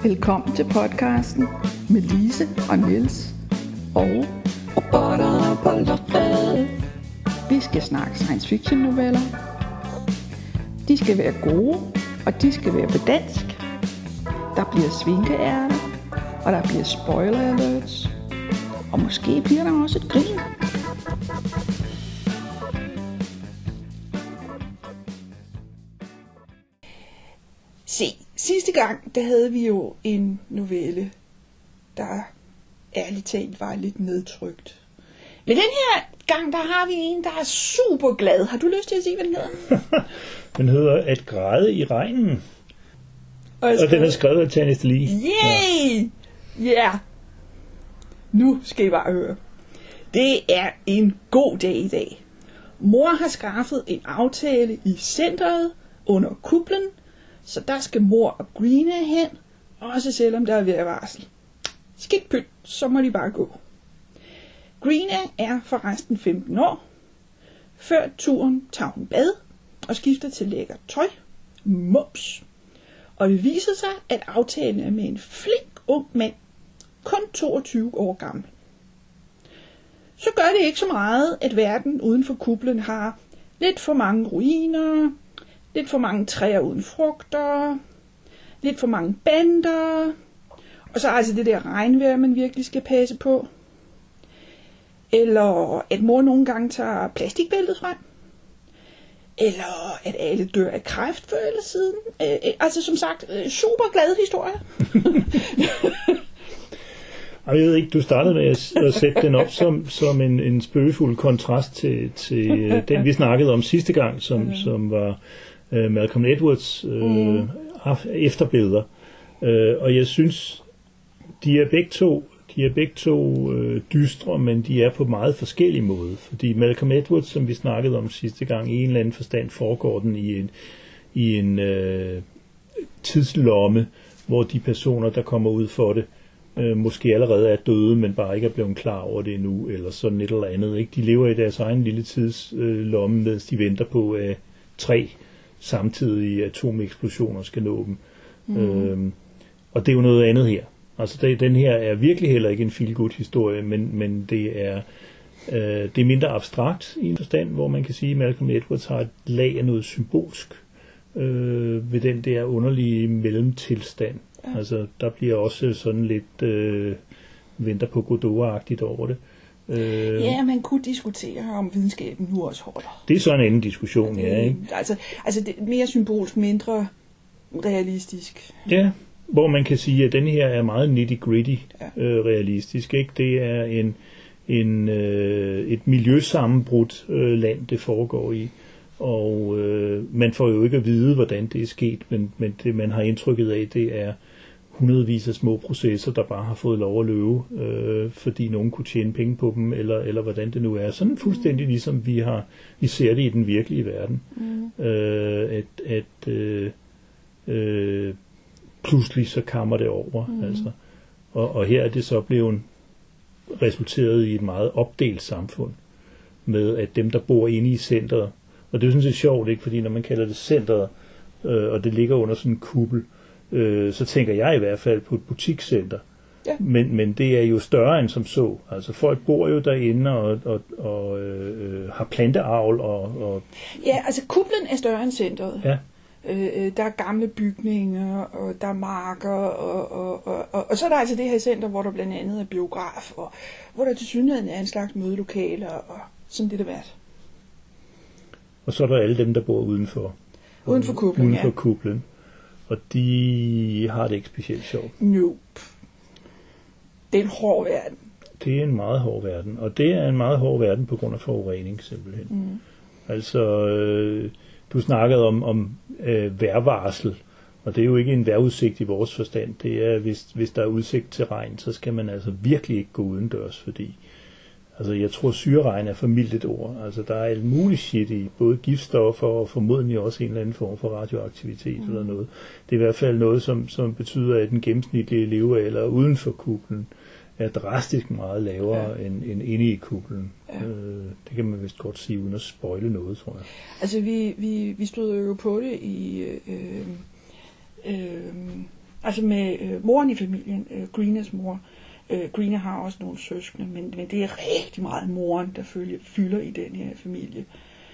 Velkommen til podcasten med Lise og Niels og robotter, polterfred. Vi skal snakke science fiction noveller. De skal være gode, og de skal være på dansk. Der bliver svinkeærter, og der bliver spoiler alerts. Og måske bliver der også et grin. Se, sidste gang, der havde vi jo en novelle, der ærligt talt var lidt nedtrykt. Men den her gang, der har vi en, der er super glad. Har du lyst til at sige, hvad den hedder? Den hedder At græde i regnen. Og den er skrevet af Tanis Lee. Yay! Ja. Yeah. Nu skal I bare høre. Det er en god dag i dag. Mor har skaffet en aftale i centret under kuplen, så der skal mor og Grina hen, også selvom der er vejrvarsel. Skidt pyt, så må de bare gå. Grina er forresten 15 år. Før turen tager hun bad og skifter til lækkert tøj. Mums. Og det viser sig, at aftalen er med en flink ung mand, kun 22 år gammel. Så gør det ikke så meget, at verden uden for kuplen har lidt for mange ruiner, lidt for mange træer uden frugter, lidt for mange bander, og så altså det der regnvejr, man virkelig skal passe på. Eller at mor nogle gange tager plastikbæltet frem. Eller at alle dør af kræft før eller siden. Altså som sagt, super glad historie. Jeg ved ikke, du startede med at sætte den op som en spøgefuld kontrast til den, vi snakkede om sidste gang, som var Malcolm Edwards efterbilleder. Og jeg synes, de er begge to dystre, men de er på meget forskellige måder. Fordi Malcolm Edwards, som vi snakkede om sidste gang, i en eller anden forstand foregår den i en tidslomme, hvor de personer, der kommer ud for det, måske allerede er døde, men bare ikke er blevet klar over det endnu, eller sådan et eller andet. Ikke? De lever i deres egen lille tidslomme, mens de venter på, at 3 samtidige atomeksplosioner skal nå dem. Og det er jo noget andet her. Altså den her er virkelig heller ikke en feel-good historie, men det er mindre abstrakt i en forstand, hvor man kan sige, at Malcolm Edwards har et lag af noget symbolsk ved den der underlige mellemtilstand. Ja. Altså der bliver også sådan lidt venter på Godot-agtigt over det. Ja, man kunne diskutere, om videnskaben nu også holder. Det er så en anden diskussion, ja. Ikke? Altså det er mere symbolsk, mindre realistisk. Ja, hvor man kan sige, at den her er meget nitty-gritty realistisk. Ikke? Det er et miljøsammenbrudt land, det foregår i. Og man får jo ikke at vide, hvordan det er sket, men det, man har indtrykket af, det er hundredvis af små processer, der bare har fået lov at løbe, fordi nogen kunne tjene penge på dem, eller hvordan det nu er. Sådan fuldstændig ligesom vi ser det i den virkelige verden. Pludselig så kammer det over. Altså. Og her er det så blevet resulteret i et meget opdelt samfund, med at dem, der bor inde i centret, og det er jo sådan set sjovt, ikke? Fordi når man kalder det centret, og det ligger under sådan en kuppel, så tænker jeg i hvert fald på et butikscenter. Ja. Men det er jo større end som så. Altså folk bor jo derinde og har planteavl. Ja, altså kuplen er større end centret. Ja. Der er gamle bygninger, og der er marker, og så er der altså det her center, hvor der blandt andet er biograf, og hvor der tilsyneladende er en slags mødelokaler, og sådan det været. Og så er der alle dem, der bor udenfor. Udenfor kuplen, Udenfor kuplen. Og de har det ikke specielt sjovt. Nope. Det er en hård verden. Det er en meget hård verden. Og det er en meget hård verden på grund af forurening, simpelthen. Altså, du snakkede om vejrvarsel. Og det er jo ikke en vejrudsigt i vores forstand. Det er, hvis der er udsigt til regn, så skal man altså virkelig ikke gå udendørs, fordi altså, jeg tror, syreregn er for mildt et ord. Altså, der er alt muligt shit i, både giftstoffer og formodentlig også en eller anden form for radioaktivitet eller noget. Det er i hvert fald noget, som betyder, at den gennemsnitlige levealder uden for kuplen er drastisk meget lavere end inde i kuplen. Ja. Det kan man vist godt sige, uden at spoile noget, tror jeg. Altså, vi stod jo på det Altså med moren i familien, Greenes mor. Greene har også nogle søskende, men det er rigtig meget moren, der fylder i den her familie.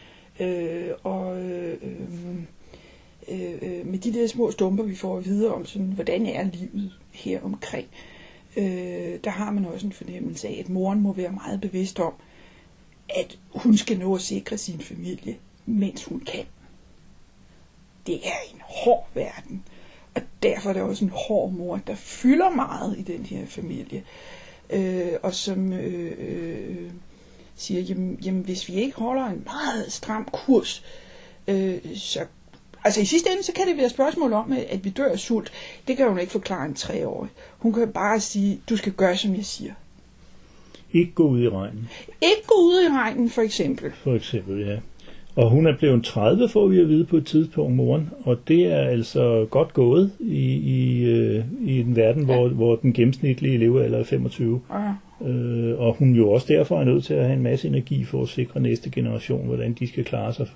Med de der små stumper, vi får at vide om, sådan, hvordan er livet her omkring, der har man også en fornemmelse af, at moren må være meget bevidst om, at hun skal nå at sikre sin familie, mens hun kan. Det er en hård verden, og derfor er det også en hård mor, der fylder meget i den her familie, og som siger, jamen hvis vi ikke holder en meget stram kurs, så altså i sidste ende, så kan det være et spørgsmål om, at vi dør af sult. Det kan hun ikke forklare en 3-årig. Hun kan bare sige, du skal gøre, som jeg siger. Ikke gå ud i regnen. Ikke gå ud i regnen, for eksempel. For eksempel, ja. Og hun er blevet 30, får vi at vide på et tidspunkt, moren. Og det er altså godt gået i en verden, hvor den gennemsnitlige levealder er 25. Ja. Og hun jo også derfor er nødt til at have en masse energi for at sikre næste generation, hvordan de skal klare sig,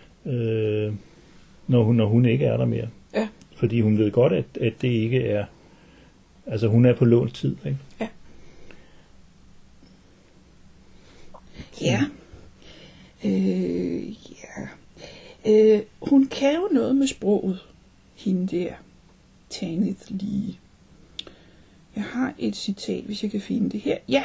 når hun ikke er der mere. Ja. Fordi hun ved godt, at det ikke er... Altså hun er på lånt tid, ikke? Ja. Ja. Hun kan jo noget med sproget, hende der, Tanith Lee. Jeg har et citat, hvis jeg kan finde det her. Ja.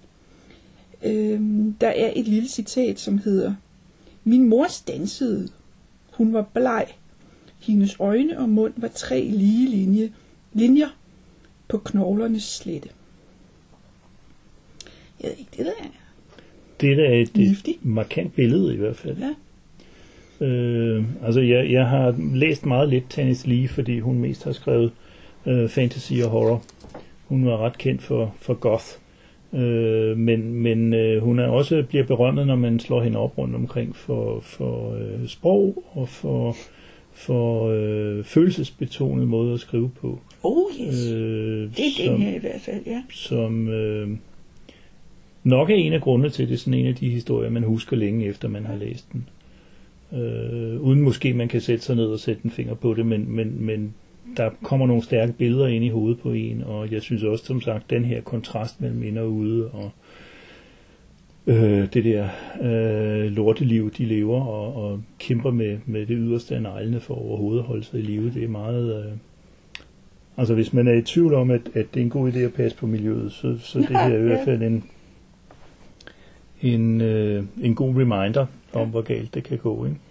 Der er et lille citat, som hedder: Min mor stansede. Hun var bleg. Hendes øjne og mund var 3 lige linjer på knoglernes slette. Jeg ved ikke, det der er. Det er et markant billede i hvert fald. Ja. Altså jeg har læst meget lidt Tanith Lee, fordi hun mest har skrevet fantasy og horror. Hun var ret kendt for goth. Men hun er også bliver berømmet, når man slår hende op rundt omkring for sprog og for følelsesbetonet måde at skrive på. Yes. Det er den her i hvert fald, ja. Som nok er en af grundene til, det er sådan en af de historier, man husker længe efter, man har læst den. Uden måske man kan sætte sig ned og sætte en finger på det, men der kommer nogle stærke billeder ind i hovedet på en, og jeg synes også, som sagt, den her kontrast mellem ind og ude, og det der lorteliv, de lever, og kæmper med det yderste af neglene for overhovedet at holde sig i live, det er meget... Altså hvis man er i tvivl om, at det er en god idé at passe på miljøet, så det her er i hvert fald en god reminder om, hvor galt det kan gå, ikke?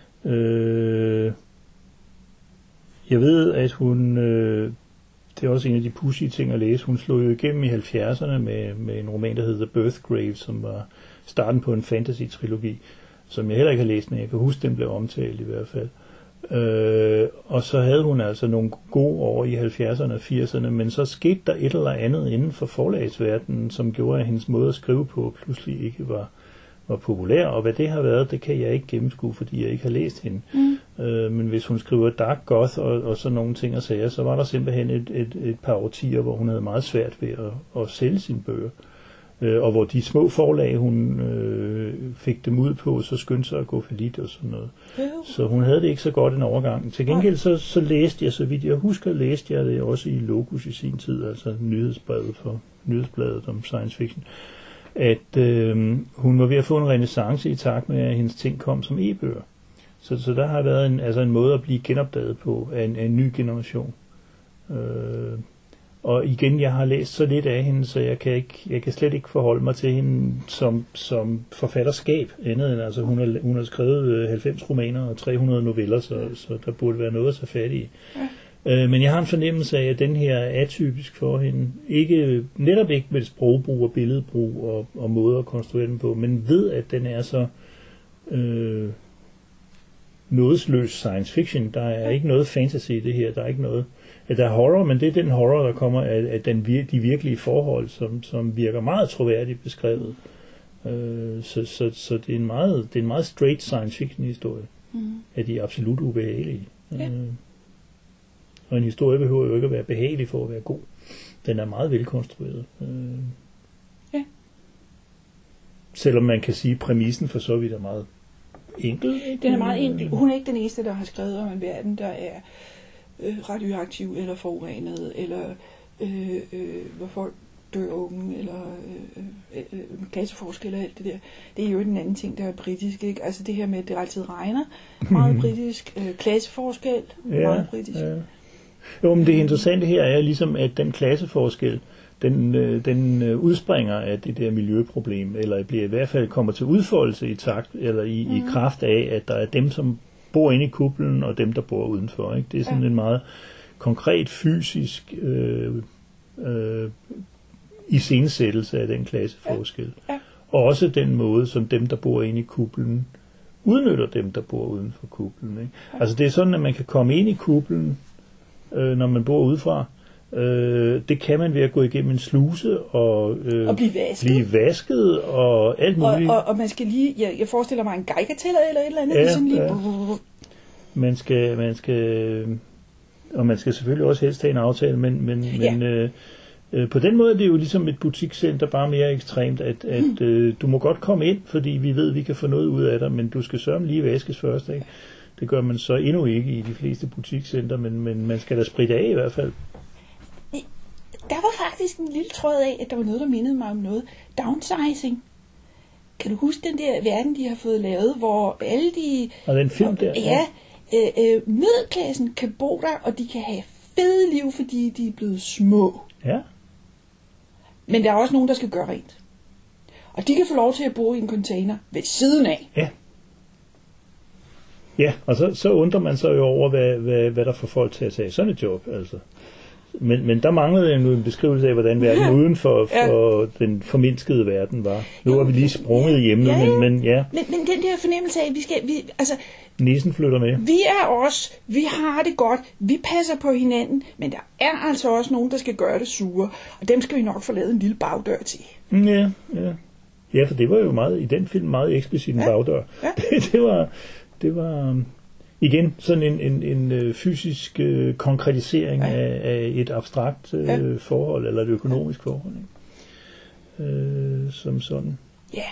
Jeg ved, at hun, det er også en af de pudsige ting at læse, hun slog jo igennem i 70'erne med en roman, der hedder The Birthgrave, som var starten på en fantasy-trilogi, som jeg heller ikke har læst, men jeg kan huske, den blev omtalt i hvert fald. Og så havde hun altså nogle gode år i 70'erne og 80'erne, men så skete der et eller andet inden for forlagsverdenen, som gjorde, at hendes måde at skrive på pludselig ikke var populær, og hvad det har været, det kan jeg ikke gennemskue, fordi jeg ikke har læst hende. Men hvis hun skriver dark goth og sådan nogle ting og sager, så var der simpelthen et par årtier, hvor hun havde meget svært ved at sælge sine bøger. Og hvor de små forlag, hun fik dem ud på, så skyndte sig at gå for lidt og sådan noget. Så hun havde det ikke så godt en overgang. Til gengæld så læste jeg, så vidt jeg husker, læste jeg det også i Locus i sin tid, altså nyhedsbladet om science fiction, at hun var ved at få en renæssance i takt med, at hendes ting kom som e-bøger. Så der har været en måde at blive genopdaget på af en ny generation. Og igen, jeg har læst så lidt af hende, så jeg kan slet ikke forholde mig til hende som forfatterskab andet end, altså hun har skrevet 90 romaner og 300 noveller, så der burde være noget at tage fat i. Ja. Men jeg har en fornemmelse af, at den her er atypisk for hende. Netop ikke med sprogbrug og billedbrug og måder at konstruere den på, men ved, at den er så nådesløs science fiction. Der er ikke noget fantasy i det her, der er ikke noget... Der er horror, men det er den horror, der kommer af de virkelige forhold, som virker meget troværdigt beskrevet. Så det er en meget straight science fiction historie, af de absolut ubehagelige. Ja. Og en historie behøver jo ikke at være behagelig for at være god. Den er meget velkonstrueret. Ja. Selvom man kan sige, at præmissen for så vidt er meget enkel. Den er meget enkel. Hun er ikke den eneste, der har skrevet om en verden, der er radioaktive eller forurenede, eller hvor folk dør unge, eller klasseforskel og alt det der. Det er jo en anden ting, der er britisk, ikke? Altså det her med, at det altid regner, meget britisk. Klasseforskel, meget britisk. Ja. Jo, men det interessante her er ligesom, at den klasseforskel, den udspringer af det der miljøproblem, eller bliver i hvert fald kommer til udfoldelse i takt, eller i kraft af, at der er dem, som bor inde i kuplen, og dem, der bor udenfor. Ikke? Det er sådan en meget konkret fysisk iscenesættelse af den klasseforskel. Ja. Og også den måde, som dem, der bor inde i kuplen, udnytter dem, der bor uden for kuplen. Ikke? Ja. Altså det er sådan, at man kan komme ind i kuplen, når man bor udefra. Det kan man ved at gå igennem en sluse og blive vasket og alt muligt. Og man skal lige, jeg forestiller mig en geigertæller eller et eller andet. Ligesom lige... Man skal selvfølgelig også helst have en aftale, men på den måde er det jo ligesom et butikscenter, bare mere ekstremt, at du må godt komme ind, fordi vi ved, at vi kan få noget ud af dig, men du skal sørge lige vaskes først, ikke? Det gør man så endnu ikke i de fleste butikscenter, men man skal da spritte af i hvert fald. Der var faktisk en lille tråd af, at der var noget, der mindede mig om noget. Downsizing. Kan du huske den der verden, de har fået lavet, hvor alle de... Og den film der? Ja. Middelklassen kan bo der, og de kan have fede liv, fordi de er blevet små. Ja. Men der er også nogen, der skal gøre rent. Og de kan få lov til at bo i en container ved siden af. Ja. Ja, og så undrer man sig jo over, hvad der får folk til at tage sådan et job, altså. Men der manglede jo en beskrivelse af, hvordan verden uden for den formindskede verden var. Nu har vi lige sprunget hjemme, men ja. Men den der fornemmelse af, at nissen flytter med. Vi er os, vi har det godt, vi passer på hinanden, men der er altså også nogen, der skal gøre det sure, og dem skal vi nok få lavet en lille bagdør til. Ja. Ja, for det var jo meget i den film meget eksplicit en bagdør. Ja. Det var igen sådan en fysisk konkretisering af et abstrakt forhold, eller et økonomisk forhold. Ikke? Som sådan. Ja.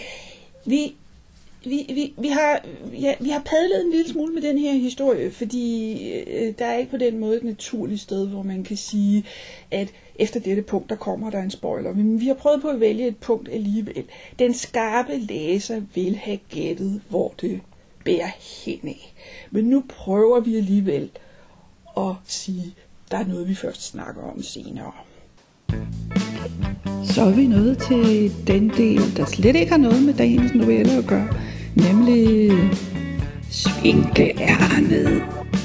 Vi har padlet en lille smule med den her historie, fordi der er ikke på den måde et naturligt sted, hvor man kan sige, at efter dette punkt, der kommer der en spoiler. Men vi har prøvet på at vælge et punkt alligevel. Den skarpe læser vil have gættet, hvor det bærer hen af. Men nu prøver vi alligevel at sige, der er noget, vi først snakker om senere. Så er vi nået til den del, der slet ikke har noget med dagens novelle at gøre, nemlig svinkeærnet.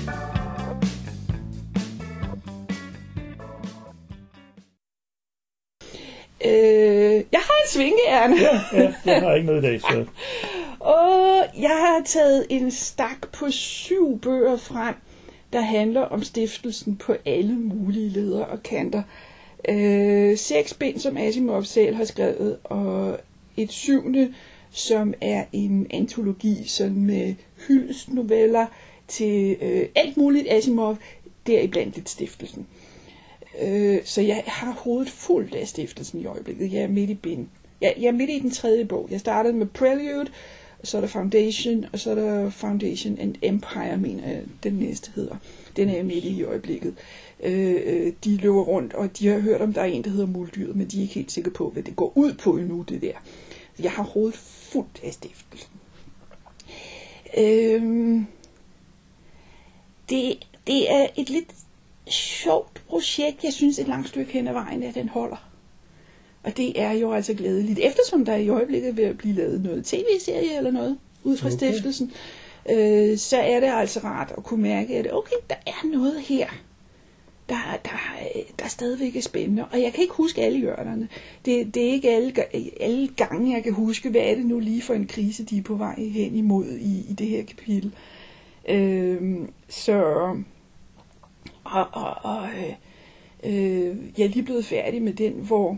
Jeg har et svinkeærne. Ja, jeg har ikke noget i dag, så... Og jeg har taget en stak på 7 bøger frem, der handler om stiftelsen på alle mulige leder og kanter. 6 bind, som Asimov selv har skrevet, og et 7., som er en antologi sådan med hyldestnoveller til alt muligt Asimov, deriblandt lidt stiftelsen. Så jeg har hovedet fuldt af stiftelsen i øjeblikket. Jeg er midt i bind. Jeg er midt i den 3. bog. Jeg startede med Prelude, så er der Foundation, og så er der Foundation and Empire, mener jeg, den næste hedder. Den er jeg midt i øjeblikket. De løber rundt, og de har hørt om, der er en, der hedder Muldyret, men de er ikke helt sikre på, hvad det går ud på endnu, det der. Jeg har hovedet fuldt af stiftelsen. Det er et lidt sjovt projekt. Jeg synes et langt stykke hen ad vejen, at den holder. Og det er jo altså glædeligt, eftersom der i øjeblikket er ved at blive lavet noget tv-serie eller noget ud fra stiftelsen, så er det altså rart at kunne mærke, at okay, der er noget her, der stadigvæk er spændende. Og jeg kan ikke huske alle hjørnerne. Det er ikke alle gange, jeg kan huske, hvad er det nu lige for en krise, de er på vej hen imod i det her kapitel. Jeg er lige blevet færdig med den, hvor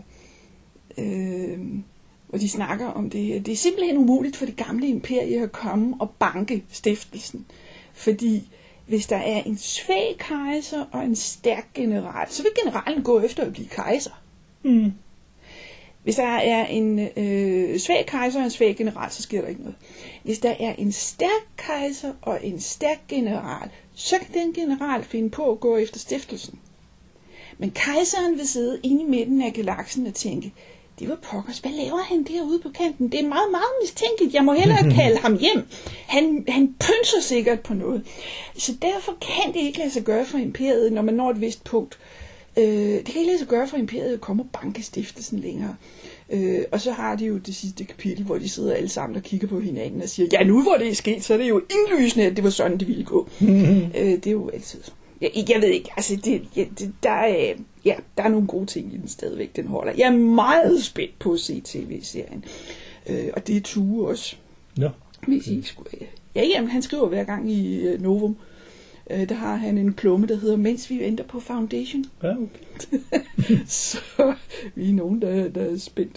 de snakker om det her. Det er simpelthen umuligt for det gamle imperie at komme og banke stiftelsen. Fordi hvis der er en svag kejser og en stærk general, så vil generalen gå efter at blive kejser. Hvis der er en svag kejser og en svag general, så sker der ikke noget. Hvis der er en stærk kejser og en stærk general, så kan den general finde på at gå efter stiftelsen. Men kejseren vil sidde inde i midten af galaksen og tænke, det var pokkers, hvad laver han derude på kanten? Det er meget, meget mistænkeligt. Jeg må hellere kalde ham hjem. Han pynser sikkert på noget. Så derfor kan det ikke lade sig gøre for imperiet, når man når et vist punkt. Det kan ikke lade sig gøre for imperiet at komme og banke stiftelsen længere. Og så har de jo det sidste kapitel, hvor de sidder alle sammen og kigger på hinanden og siger, ja, nu hvor det er sket, så er det jo indlysende, at det var sådan, det ville gå. Det er jo altid. Jeg ved ikke, altså der er nogle gode ting i den stadigvæk, den holder. Jeg er meget spændt på at se tv-serien. Og det er Tue også. Ja. Hvis I ikke skulle... Jamen, han skriver hver gang i Novum. Der har han en klumme, der hedder Mens vi venter på Foundation. Ja, okay. Så vi er nogen, der er spændte.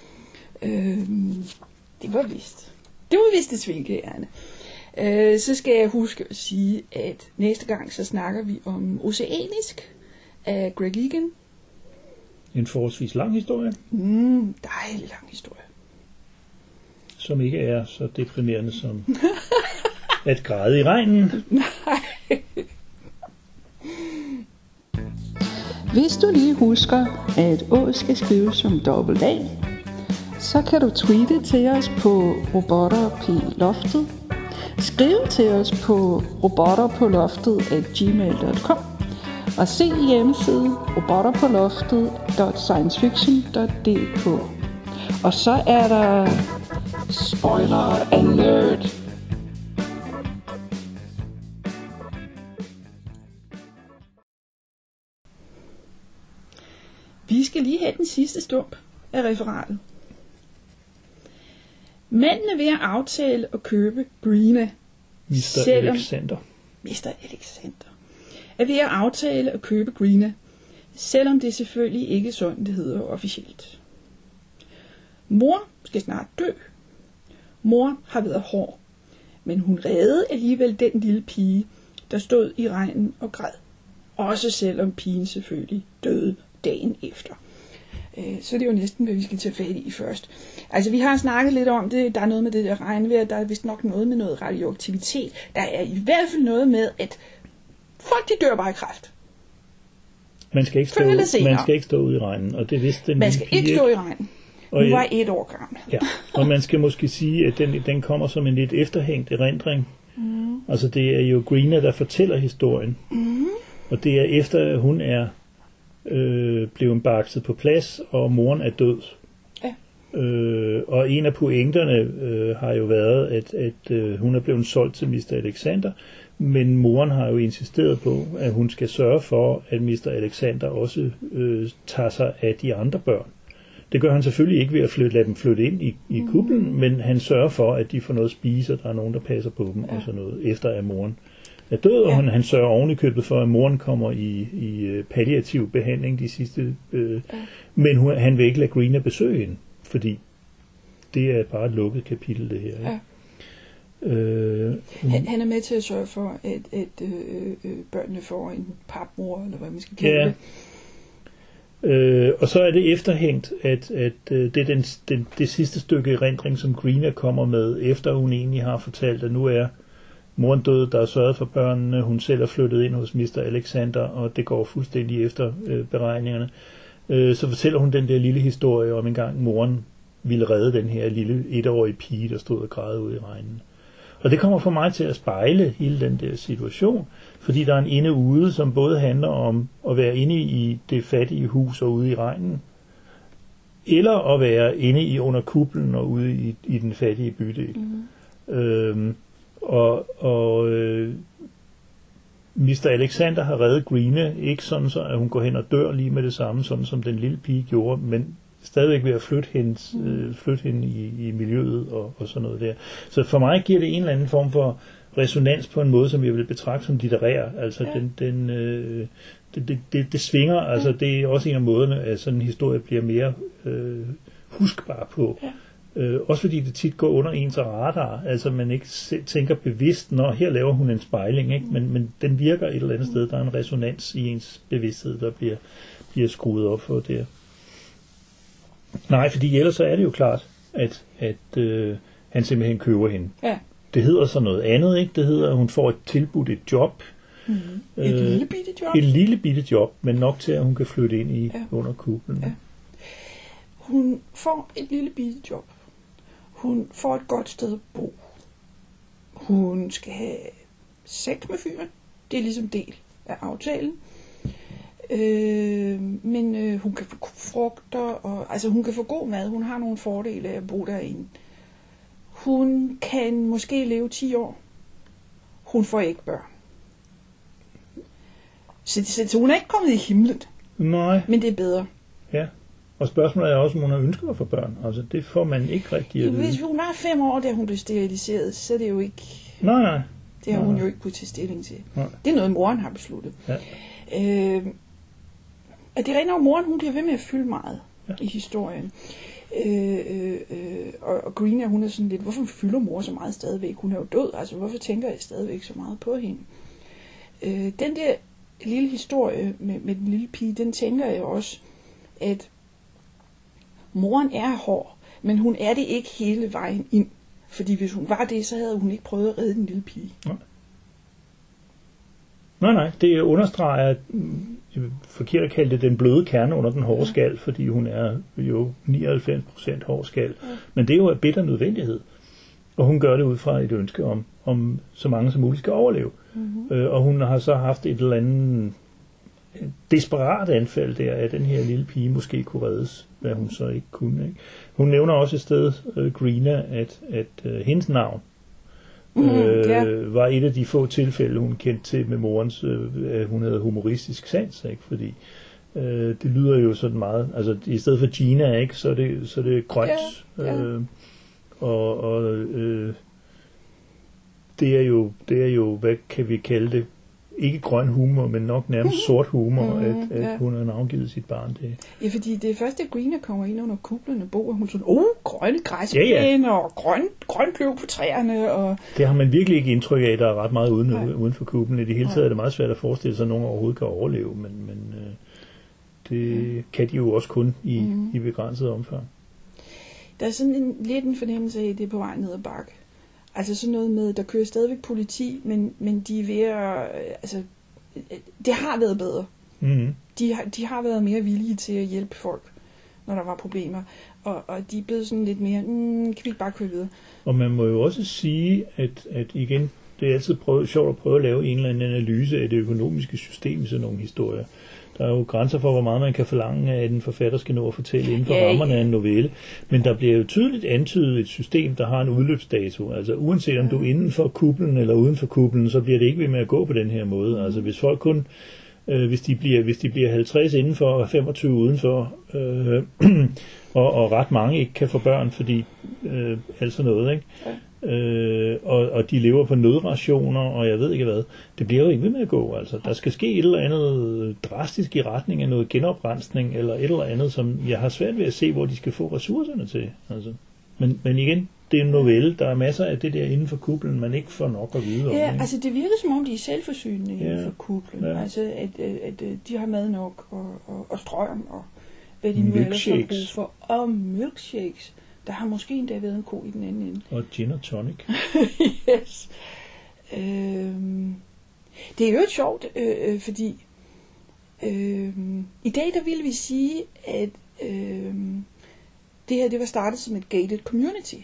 Det var vist det svinkærende. Så skal jeg huske at sige, at næste gang så snakker vi om Oceanisk af Greg Egan. En forholdsvis lang historie. Dejlig lang historie. Som ikke er så deprimerende som at græde i regnen. Nej. Hvis du lige husker, at Å skal skrives som dobbelt A, så kan du tweete til os på robotterploftet. Skriv til os på robotterpåloftet@gmail.com og se hjemmesiden robotterpåloftet.sciencefiction.dk. Og så er der spoiler alert. Vi skal lige have den sidste stump af referatet. Manden er ved at aftale at købe Greena. Mr. Alexander er ved at aftale at købe Greena, selvom det selvfølgelig ikke er sådan, det hedder officielt. Mor skal snart dø. Mor har været hård, men hun reddede alligevel den lille pige, der stod i regnen og græd. Også selvom pigen selvfølgelig døde dagen efter. Så det er jo næsten, hvad vi skal tage fat i først. Altså, vi har snakket lidt om det. Der er noget med det der regnvejr. Der er vist nok noget med noget radioaktivitet. Der er i hvert fald noget med, at folk, de dør bare i kræft. Man skal ikke stå ude i regnen, og det vidste den Man skal ikke stå i regnen. Hun var 1 år gammel. Ja, og man skal måske sige, at den kommer som en lidt efterhængt erindring. Altså, det er jo Greena, der fortæller historien. Og det er efter, at hun er blevet bakset på plads, og moren er død. Ja. Og en af pointerne har jo været, at hun er blevet solgt til Mr. Alexander, men moren har jo insisteret på, at hun skal sørge for, at Mr. Alexander også tager sig af de andre børn. Det gør han selvfølgelig ikke ved at lade dem flytte ind i kuplen, men han sørger for, at de får noget at spise, og der er nogen, der passer på dem, og sådan noget, efter at moren er død, og han sørger ovenikøbet for, at moren kommer i palliativ behandling de sidste... Men han vil ikke lade Greena besøge hende, fordi det er bare et lukket kapitel, det her. Ikke? Ja. Han er med til at sørge for, at børnene får en papmor, eller hvad man skal kalde det. Og så er det efterhængt, at det er det sidste stykke erindring, som Greena kommer med, efter hun egentlig har fortalt, at nu er moren død, der er sørget for børnene, hun selv er flyttet ind hos Mr. Alexander, og det går fuldstændig efter beregningerne. Så fortæller hun den der lille historie om en gang moren ville redde den her lille 1-årige pige, der stod og græd ude i regnen. Og det kommer for mig til at spejle hele den der situation, fordi der er en inde-ude, som både handler om at være inde i det fattige hus og ude i regnen, eller at være inde under kuplen og ude i den fattige bydel. Mr. Alexander har reddet Greena, ikke sådan så, at hun går hen og dør lige med det samme, sådan som den lille pige gjorde, men stadigvæk ved at flytte hende i miljøet og sådan noget der. Så for mig giver det en eller anden form for resonans på en måde, som jeg vil betragte som litterær. Altså det svinger, altså det er også en af måderne, at sådan en historie bliver mere huskbar på. Også fordi det tit går under ens radar, altså man ikke tænker bevidst, når her laver hun en spejling, ikke? Men den virker et eller andet sted, der er en resonans i ens bevidsthed, der bliver skruet op for det. Nej, fordi ellers så er det jo klart, at han simpelthen køber hende. Ja. Det hedder så noget andet, ikke? Det hedder, at hun får et tilbudt et job. Mm-hmm. Et lille bitte job. Et lille bitte job, men nok til, at hun kan flytte ind i under kuplen. Ja. Hun får et lille bitte job. Hun får et godt sted at bo. Hun skal have sex med fyren. Det er ligesom del af aftalen. Men hun kan få frugter, og altså hun kan få god mad. Hun har nogle fordele af at bo derinde. Hun kan måske leve 10 år. Hun får ikke børn. Så hun er ikke kommet i himlen. Nej. Men det er bedre. Ja. Og spørgsmålet er også, om hun har ønsket at få børn. Altså, det får man ikke rigtig at vide. Hvis hun var 5 år, da hun blev steriliseret, så er det jo ikke... Nej. Det har hun jo ikke kunnet tage stilling til. Nej. Det er noget, moren har besluttet. Ja. At det rent over moren, hun bliver ved med at fylde meget i historien. Og Greener, hun er sådan lidt, hvorfor fylder mor så meget stadigvæk? Hun er jo død, altså hvorfor tænker jeg stadigvæk så meget på hende? Den der lille historie med den lille pige, den tænker jeg også, at moren er hård, men hun er det ikke hele vejen ind. Fordi hvis hun var det, så havde hun ikke prøvet at redde den lille pige. Nej, det understreger, forkert at kalde det den bløde kerne under den hårde skal, fordi hun er jo 99% hård skal. Ja. Men det er jo af bitter nødvendighed. Og hun gør det ud fra et ønske om så mange som muligt skal overleve. Mm-hmm. Og hun har så haft et eller andet desperat anfald der, at den her lille pige måske kunne reddes, hvad hun så ikke kunne. Ikke? Hun nævner også et sted, Greena, at hendes navn var et af de få tilfælde, hun kendte til med morens, at hun havde humoristisk sans, ikke? Fordi det lyder jo sådan meget, altså i stedet for Gina, ikke, så er det grønt, det er jo, hvad kan vi kalde det, ikke grøn humor, men nok nærmest sort humor, at hun har navngivet sit barn det. Ja, fordi det er først, at Greener kommer ind under kuplen og bor, og hun sådan, grønne græsplæne, og grøn kløv på træerne. Og... Det har man virkelig ikke indtryk af, der er ret meget uden for kuplen. I det hele taget er det meget svært at forestille sig, at nogen overhovedet kan overleve, men det kan de jo også kun i begrænset omfang. Der er sådan lidt en fornemmelse af, at det er på vej ned ad bakke. Altså sådan noget med, der kører stadigvæk politi, men de er ved at, altså, det har været bedre. Mm-hmm. De har været mere villige til at hjælpe folk, når der var problemer. Og de er blevet sådan lidt mere, kan vi ikke bare køre videre? Og man må jo også sige, at igen, det er altid sjovt at prøve at lave en eller anden analyse af det økonomiske system i sådan nogle historier. Der er jo grænser for, hvor meget man kan forlange, at en forfatter skal nå at fortælle inden for rammerne af en novelle. Men der bliver jo tydeligt antydet et system, der har en udløbsdato. Altså uanset om du er inden for kuplen eller uden for kuplen, så bliver det ikke ved med at gå på den her måde. Altså hvis folk kun, hvis de bliver 50 indenfor og 25 udenfor, og ret mange ikke kan få børn, fordi altså noget, ikke? Og de lever på nødrationer, og jeg ved ikke hvad. Det bliver jo ikke ved med at gå, altså. Der skal ske et eller andet drastisk i retning af noget genoprensning, eller et eller andet, som jeg har svært ved at se, hvor de skal få ressourcerne til. Altså. Men igen, det er en novelle. Der er masser af det der inden for kuplen, man ikke får nok at vide om. Ja, altså det virker som om, de er selvforsynende inden for kuplen. Ja. Altså at de har mad nok, og strøm, og hvad de nu ellers har brug for. Og milkshakes. Der har måske endda været en ko i den anden ende. Og gin og tonic. Yes. Det er jo sjovt, fordi i dag der ville vi sige, at det her det var startet som et gated community.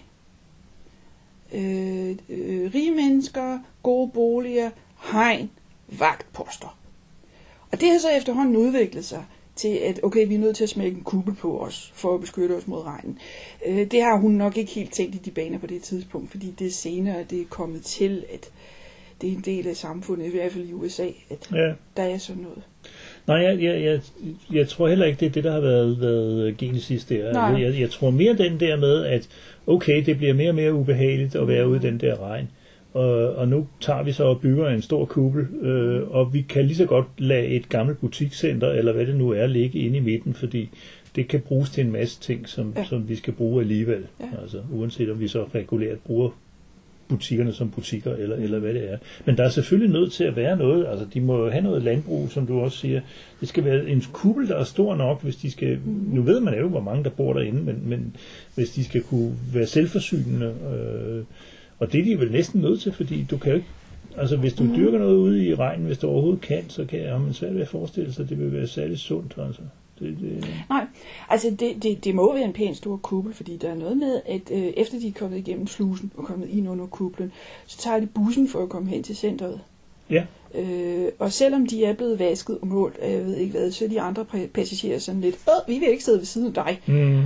Rige mennesker, gode boliger, hegn, vagtposter. Og det har så efterhånden udviklet sig til, at okay, vi er nødt til at smække en kuppel på os, for at beskytte os mod regnen. Det har hun nok ikke helt tænkt i de baner på det tidspunkt, fordi det er senere, det er kommet til, at det er en del af samfundet, i hvert fald i USA, at der er sådan noget. Nej, jeg tror heller ikke, det er det, der har været genesis der. Jeg tror mere den der med, at okay, det bliver mere og mere ubehageligt at være ude i den der regn. Og nu tager vi så og bygger en stor kuppel, og vi kan lige så godt lade et gammelt butikscenter, eller hvad det nu er, ligge inde i midten, fordi det kan bruges til en masse ting, som vi skal bruge alligevel. Ja. Altså, uanset om vi så regulært bruger butikkerne som butikker, eller hvad det er. Men der er selvfølgelig nødt til at være noget, altså de må jo have noget landbrug, som du også siger. Det skal være en kuppel, der er stor nok, hvis de skal, nu ved man jo, hvor mange der bor derinde, men hvis de skal kunne være selvforsynende, og det er de vel næsten nødt til, fordi du kan jo ikke, altså hvis du dyrker noget ude i regnen, hvis du overhovedet kan, så kan jeg have svært ved at forestille sig, at det vil være særligt sundt, altså. Nej, altså det må være en pæn stor kuppel, fordi der er noget med, at efter de er kommet igennem slusen og kommet ind under kuplen, så tager de bussen for at komme hen til centret. Ja. Og selvom de er blevet vasket og målt, jeg ved ikke hvad, så er de andre passagerer sådan lidt, vi vil ikke sidde ved siden af dig.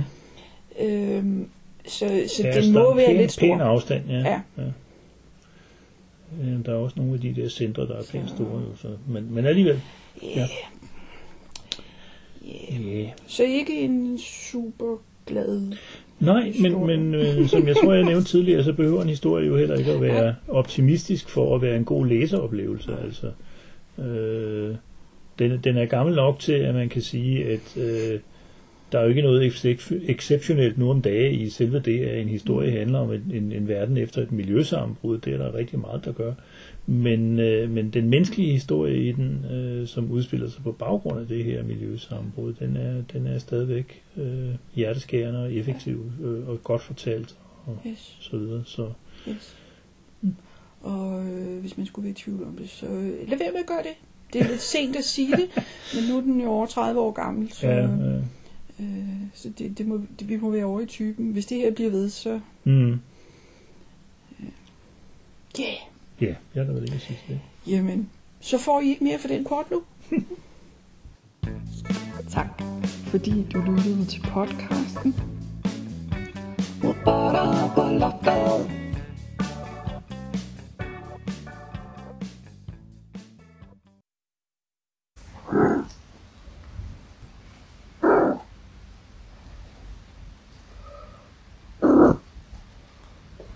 Så det må være lidt stor. Pæn afstand, ja. Der er også nogle af de der centre, der er pænt store, så, men alligevel. Ja. Yeah. Så ikke en super glad. Nej, men som jeg tror, jeg nævnte tidligere, så behøver en historie jo heller ikke at være optimistisk for at være en god læseroplevelse. Altså, den er gammel nok til, at man kan sige, at der er jo ikke noget exceptionelt nu om dage i selve det, at en historie handler om en verden efter et miljøsammenbrud. Det er der rigtig meget, der gør. Men den menneskelige historie i den, som udspiller sig på baggrund af det her miljøsammenbrud, den er stadigvæk hjerteskærende og effektiv og godt fortalt og så videre. Så. Yes. Og hvis man skulle være i tvivl om det, så lad være med at gøre det. Det er lidt sent at sige det, men nu er den jo over 30 år gammel, så... Så vi må være over i typen. Hvis det her bliver ved, så... Ja, jeg kan vel ikke sige det. Jamen, så får I ikke mere for den kort nu. Tak, fordi du lyttede til podcasten.